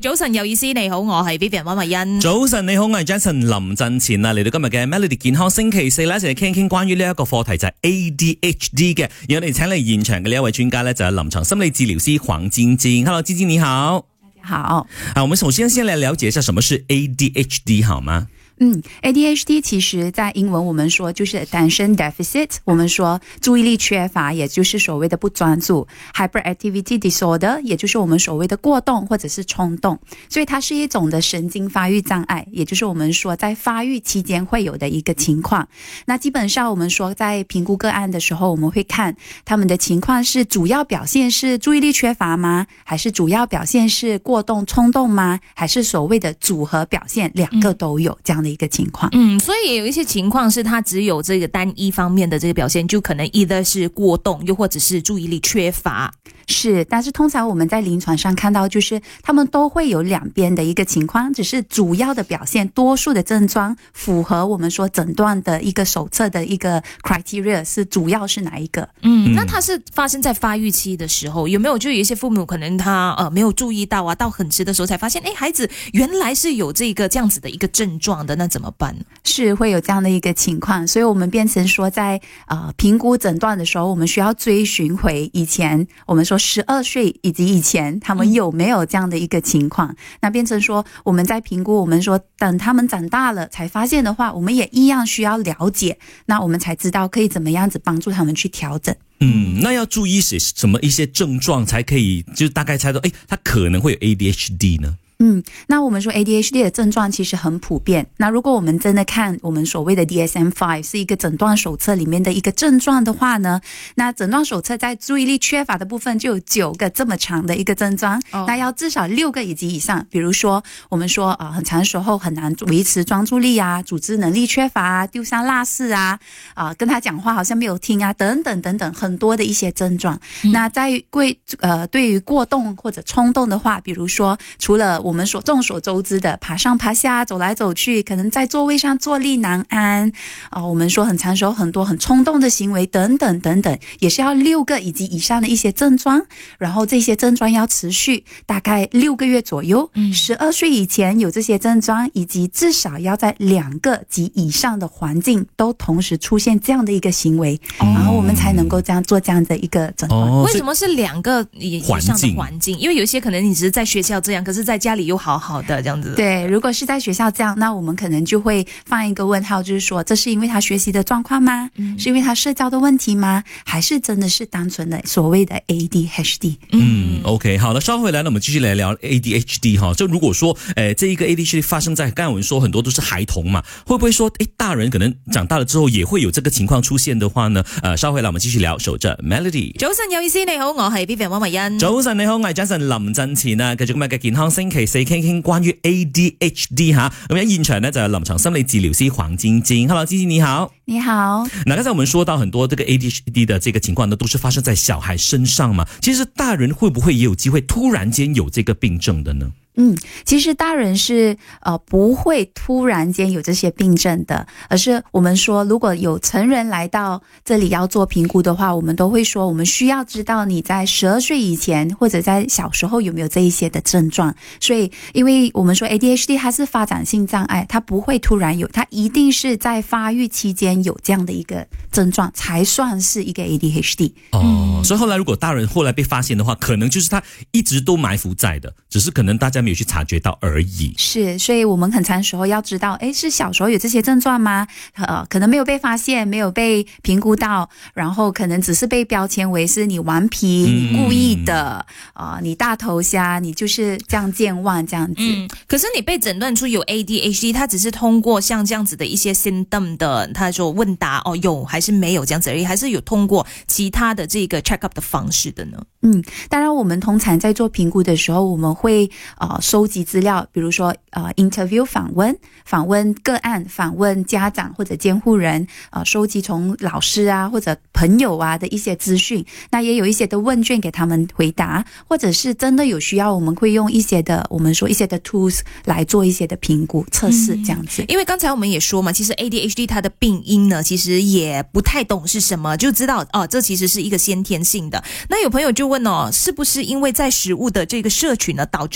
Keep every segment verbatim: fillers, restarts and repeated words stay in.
早晨有意思，你好，我係 Vivian 溫慧欣。 早晨你好，我係 Jason 林振前啊，嚟到今日嘅 Melody 健康星期四咧，一齊傾一傾關於呢一個課題就係 A D H D 嘅。而我哋請嚟現場嘅呢一位專家咧，就係臨床心理治療師黃晶晶。Hello， 晶晶你好。 大家好。 啊，我們首先先來了解一下什麼是 A D H D 好嗎？ 嗯 ，A D H D 其實在英文我們說就是 attention deficit， 我們說注意力缺乏，也就是所謂的不專注 ，hyperactivity disorder， 也就是我們所謂的過動或者是衝動，所以它是一種的神經發育障礙，也就是我們說在發育期間會有的一個情況。那基本上我們說在評估個案的時候，我們會看他們的情況是主要表現是注意力缺乏嗎？還是主要表現是過動衝動嗎？還是所謂的組合表現，兩個都有這樣的一個情況。 嗯，所以有一些情況是它只有這個單一方面的這個表現，就可能 either 是過動，又或者是注意力缺乏。 是，但是通常我們在臨床上看到，就是他們都會有兩邊的一個情況，只是主要的表現，多數的症狀符合我們說診斷的一個手冊的一個 criteria 是主要是哪一個？ 嗯，那它是發生在發育期的時候，有沒有就有一些父母可能他呃沒有注意到啊，到很遲的時候才發現，誒，孩子原來是有這個這樣子的一個症狀的，那怎麼辦？ 是會有這樣的一個情況，所以我們變成說在呃評估診斷的時候，我們需要追尋回以前我們說十二歲以及以前他們有沒有這樣的一個情況，嗯、那變成說我們在評估，我們說等他們長大了才發現的話，我們也一樣需要了解，那我們才知道可以怎麼樣子幫助他們去調整。 嗯，那要注意些什麼一些症狀才可以就大概猜到，誒，他可能會有 A D H D 呢？ 嗯，那我們說 A D H D 的症狀其實很普遍。那如果我們真的看我們所謂的 D S M 五 是一個診斷手冊裡面的一個症狀的話呢，那診斷手冊在注意力缺乏的部分就有九個這麼長的一個症狀，哦、那要至少六個以及以上。比如說我們說啊、呃，很長時候很難維持專注力啊，組織能力缺乏啊，丟三落四啊，啊、呃，跟他講話好像沒有聽啊，等等等等，很多的一些症狀。嗯、那在貴呃對於過動或者衝動的話，比如說除了我們所眾所周知的爬上爬下走來走去，可能在座位上坐立難安啊、呃，我們說很常說很多很衝動的行為等等等等，也是要六個以及以上的一些症狀，然後這些症狀要持續大概六個月左右，十二歲以前有這些症狀，以及至少要在兩個及以上的環境都同時出現這樣的一個行為，哦、然後我們才能夠這樣做這樣的一個診斷。 哦、為什麼是兩個以上的環境？因為有一些可能你只是在學校這樣，可是在家裡又好好的這樣子。 對，如果是在學校這樣，那我們可能就會放一個問號，就是說這是因為他學習的狀況嗎？嗯、是因為他社交的問題嗎？還是真的是單純的所謂的 A D H D？ 嗯 ，OK， 好了，稍後回來呢，我們繼續來聊 A D H D 哈。就如果說，誒，這一個 A D H D 發生在剛才我們說很多都是孩童嘛，會不會說，誒，大人可能長大了之後也會有這個情況出現的話呢？呃，稍後回來我們繼續聊，守着 Melody。 早晨有意思，你好，我係 Vivian 溫慧欣。 早晨你好，我係 Jason 林振前啊，繼續今日嘅健康星期四，傾傾關於 A D H D 吓。咁喺現場呢，就係臨床心理治療師黃晶晶。Hello， 晶晶你好。 你好。 那剛才我們說到很多這個 A D H D 的這個情況呢，都是發生在小孩身上嘛。其實大人會不會也有機會突然間有這個病症的呢？ 嗯，其實大人是呃不會突然間有這些病症的，而是我們說如果有成人來到這裡要做評估的話，我們都會說我們需要知道你在十二歲以前或者在小時候有沒有這一些的症狀。所以因為我們說 A D H D 它是發展性障礙，它不會突然有，它一定是在發育期間有這樣的一個症狀才算是一個 A D H D。 哦，所以後來如果大人後來被發現的話，可能就是他一直都埋伏在的，只是可能大家沒有去察覺到而已。 是，所以我們很長時候要知道，誒，是小時候有這些症狀嗎？呃，可能沒有被發現，沒有被評估到，然後可能只是被標籤為是你頑皮，你故意的，啊、嗯呃，你大頭蝦，你就是這樣健忘這樣子。 嗯，可是你被診斷出有 A D H D， 它只是通過像這樣子的一些 symptom 的，他說問答哦有還是沒有這樣子而已，還是有通過其他的這個 check up 的方式的呢？ 嗯，當然我們通常在做評估的時候，我們會呃收集資料，比如說呃 interview 訪問，訪問個案，訪問家長或者監護人，呃收集從老師啊或者朋友啊的一些資訊，那也有一些的問卷給他們回答，或者是真的有需要，我們會用一些的我們說一些的 tools 來做一些的評估測試這樣子。 嗯，因為剛才我們也說嘛，其實 A D H D 它的病因呢，其實也不太懂是什麼，就知道哦，這其實是一個先天性的。那有朋友就問哦，是不是因為在食物的這個攝取呢，導致 A D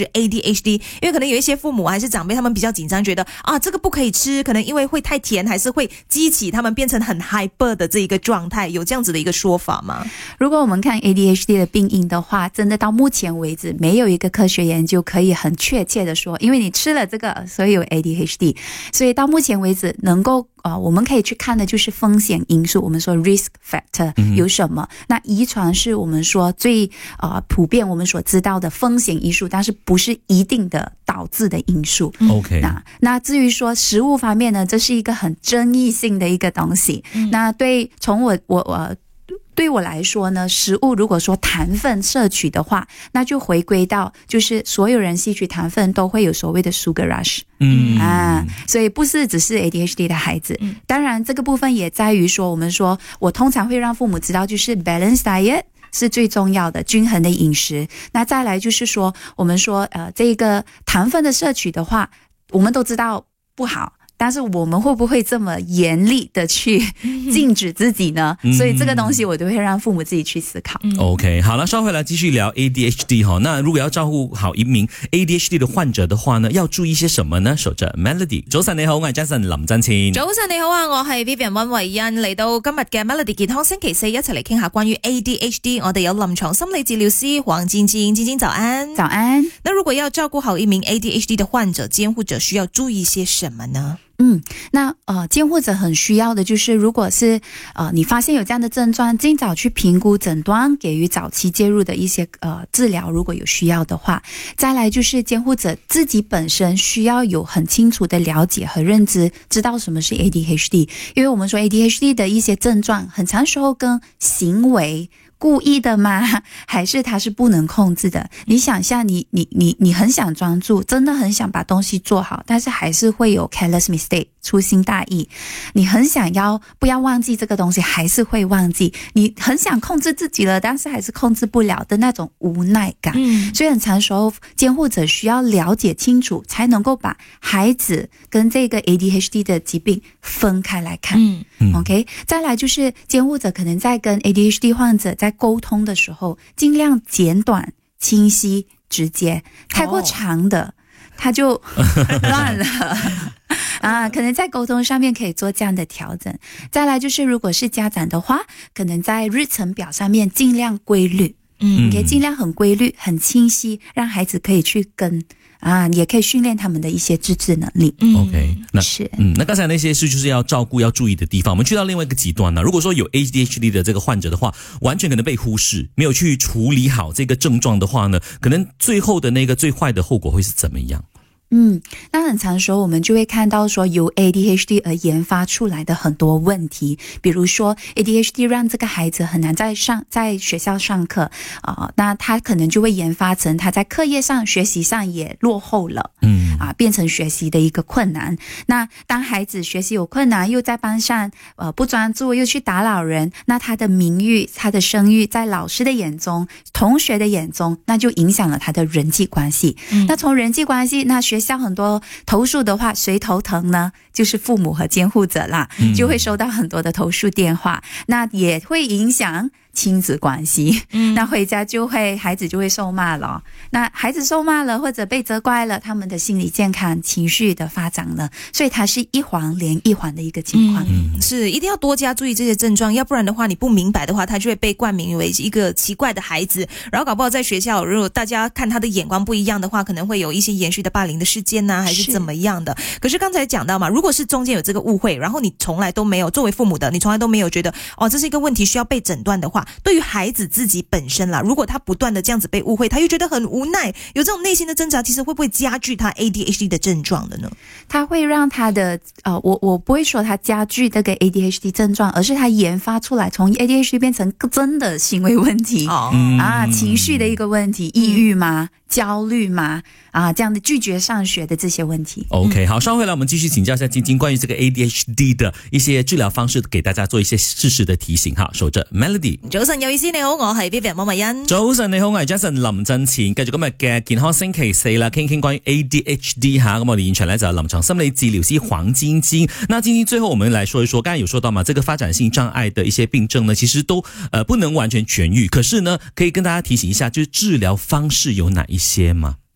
H D， 因为可能有一些父母还是长辈他们比较紧张，觉得啊这个不可以吃，可能因为会太甜，还是会激起他们变成很 hyper 的这一个状态，有这样子的一个说法吗？ 如果我们看 A D H D 的病因的话，真的到目前为止没有一个科学研究可以很确切的说，因为你吃了这个，所以有 A D H D， 所以到目前为止能够呃，我们可以去看的就是风险因素，我们说 risk factor 有什么？嗯、那遗传是我们说最呃普遍我们所知道的风险因素，但是不是一定的导致的因素。 OK， 那那至于说食物方面呢，这是一个很争议性的一个东西。嗯、那对从我我我。对我来说呢，食物如果说糖分摄取的话，那就回归到就是所有人吸取糖分都会有所谓的 sugar rush。嗯啊，所以不是只是 A D H D 的孩子，嗯、当然这个部分也在于说，我们说我通常会让父母知道，就是 balance diet 是最重要的，均衡的饮食。那再来就是说，我们说呃这个糖分的摄取的话，我们都知道不好。但是我们会不会这么严厉的去禁止自己呢？嗯、所以这个东西我都会让父母自己去思考。 嗯、OK， 好了，稍回来继续聊 A D H D 哈。那如果要照顾好一名 A D H D 的患者的话呢，要注意些什麼呢？守着 Melody， 早晨你好，我係 Jason 林振千。 早晨你好啊，我係 Vivian 溫慧欣。嚟到今日嘅 Melody 健康星期四，一齊嚟傾下關於 A D H D。我哋有臨床心理治療師黃晶晶，晶晶早安。 早安。 那如果要照顧好一名 A D H D 的患者，監護者需要注意些什麼呢？ 嗯，那呃，监护者很需要的就是，如果是呃你发现有这样的症状，尽早去评估、诊断，给予早期介入的一些呃治疗，如果有需要的话。再来就是监护者自己本身需要有很清楚的了解和认知，知道什么是 A D H D， 因为我们说 A D H D 的一些症状，很常时候跟行为。故意的吗？还是他是不能控制的？你想一下，你你你你很想专注，真的很想把东西做好，但是还是会有 careless mistake， 粗心大意。你很想要不要忘记这个东西，还是会忘记。你很想控制自己了，但是还是控制不了的那种无奈感。嗯，所以很常时候监护者需要了解清楚，才能够把孩子跟这个 A D H D 的疾病分开来看。嗯 ，OK。再来就是监护者可能在跟 A D H D 患者在沟通的时候，尽量简短、清晰、直接。太过长的，他就乱了啊。可能在沟通上面可以做这样的调整。再来就是，如果是家长的话，可能在日程表上面尽量规律，嗯，也尽量很规律、很清晰，让孩子可以去跟。啊，也可以训练他们的一些自制能力。 嗯 OK， 那是嗯，那刚才那些是就是要照顾、要注意的地方。我们去到另外一个极端呢，如果说有 A D H D 的这个患者的话，完全可能被忽视，没有去处理好这个症状的话呢，可能最后的那个最坏的后果会是怎么样？ 嗯，那很常时候我们就会看到说由 A D H D 而研发出来的很多问题，比如说 A D H D 让这个孩子很难在上在学校上课啊、呃，那他可能就会研发成他在课业上学习上也落后了，嗯啊，变成学习的一个困难。那当孩子学习有困难，又在班上呃不专注，又去打扰人，那他的名誉、他的声誉在老师的眼中、同学的眼中，那就影响了他的人际关系。嗯、那从人际关系，那学校很多投诉的话，谁头疼呢？就是父母和监护者啦，就会收到很多的投诉电话，那也会影响亲子关系，嗯，那回家就会孩子就会受骂了，那孩子受骂了或者被责怪了，他们的心理健康、情绪的发展了，所以它是一环连一环的一个情况。 嗯，是一定要多加注意这些症状，要不然的话，你不明白的话，他就会被冠名为一个奇怪的孩子，然后搞不好在学校，如果大家看他的眼光不一样的话，可能会有一些延续的霸凌的事件呐、啊，还是怎么样的。可是刚才讲到嘛，如果是中间有这个误会，然后你从来都没有作为父母的，你从来都没有觉得哦，这是一个问题需要被诊断的话，对于孩子自己本身啦，如果他不断的这样子被误会，他又觉得很无奈，有这种内心的挣扎，其实会不会加剧他 A D H D 的症状的呢？ 他会让他的呃，我我不会说他加剧这个 A D H D 症状，而是他研发出来从 A D H D 变成真的行为问题、哦、啊，情绪的一个问题，抑郁吗？焦虑吗？啊，这样的拒绝上学的这些问题。 OK， 好，稍后来我们继续请教一下晶晶关于这个 A D H D 的一些治疗方式，给大家做一些适时的提醒哈。守着 Melody， 早晨有意思，你好，我係 Vivian 莫慧欣。 早晨你好，我係 Jason 林振前。繼續今日嘅健康星期四啦，傾傾關於 A D H D 吓。咁我哋現場咧就有臨床心理治療師黃晶晶。那晶晶最後我們來說一說，剛才有說到嘛，這個發展性障礙的一些病症呢，其實都呃不能完全痊癒，可是呢，可以跟大家提醒一下，就是治療方式有哪一些嗎？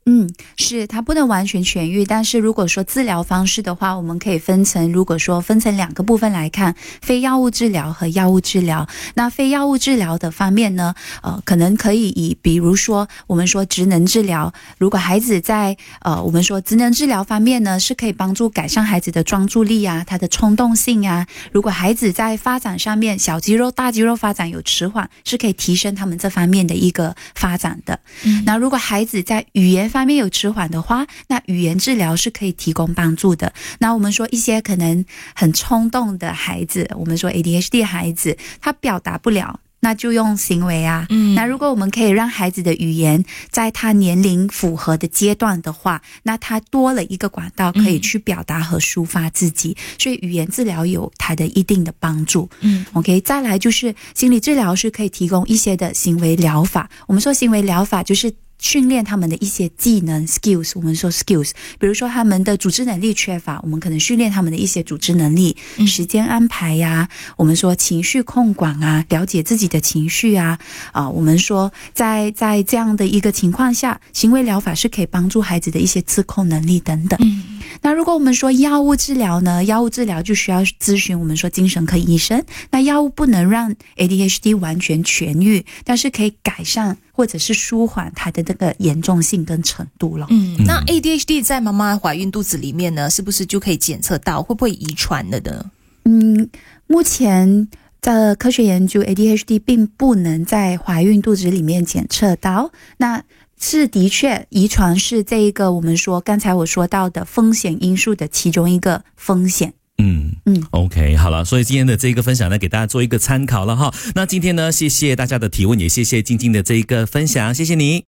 嗯，是它不能完全痊愈，但是如果说治疗方式的话，我们可以分成，如果说分成两个部分来看，非药物治疗和药物治疗。那非药物治疗的方面呢，呃，可能可以以比如说我们说职能治疗，如果孩子在呃我们说职能治疗方面呢，是可以帮助改善孩子的专注力啊，他的冲动性啊。如果孩子在发展上面小肌肉、大肌肉发展有迟缓，是可以提升他们这方面的一个发展的。嗯，那如果孩子在语言方面有迟缓的话，那语言治疗是可以提供帮助的。那我们说一些可能很冲动的孩子，我们说 A D H D 孩子，他表达不了，那就用行为啊。嗯，那如果我们可以让孩子的语言在他年龄符合的阶段的话，那他多了一个管道可以去表达和抒发自己，嗯，所以语言治疗有它的一定的帮助。嗯 ，OK， 再来就是心理治疗是可以提供一些的行为疗法。我们说行为疗法就是训练他们的一些技能 skills， 我们说 skills， 比如说他们的组织能力缺乏，我们可能训练他们的一些组织能力，嗯，时间安排呀，我们说情绪控管啊，了解自己的情绪啊，啊，我们说在在这样的一个情况下，行为疗法是可以帮助孩子的一些自控能力等等。嗯，那如果我们说药物治疗呢，药物治疗就需要咨询我们说精神科医生。那药物不能让 A D H D 完全痊愈，但是可以改善或者是舒缓它的这个严重性跟程度了。 嗯，那 A D H D 在妈妈怀孕肚子里面呢，是不是就可以检测到？会不会遗传的呢？ 嗯，目前的科学研究 A D H D 并不能在怀孕肚子里面检测到。那是的确遗传是这一个我们说刚才我说到的风险因素的其中一个风险。 嗯嗯 ，OK， 好了，所以今天的这个分享呢，给大家做一个参考了哈。那今天呢，谢谢大家的提问，也谢谢静静的这一个分享，谢谢你。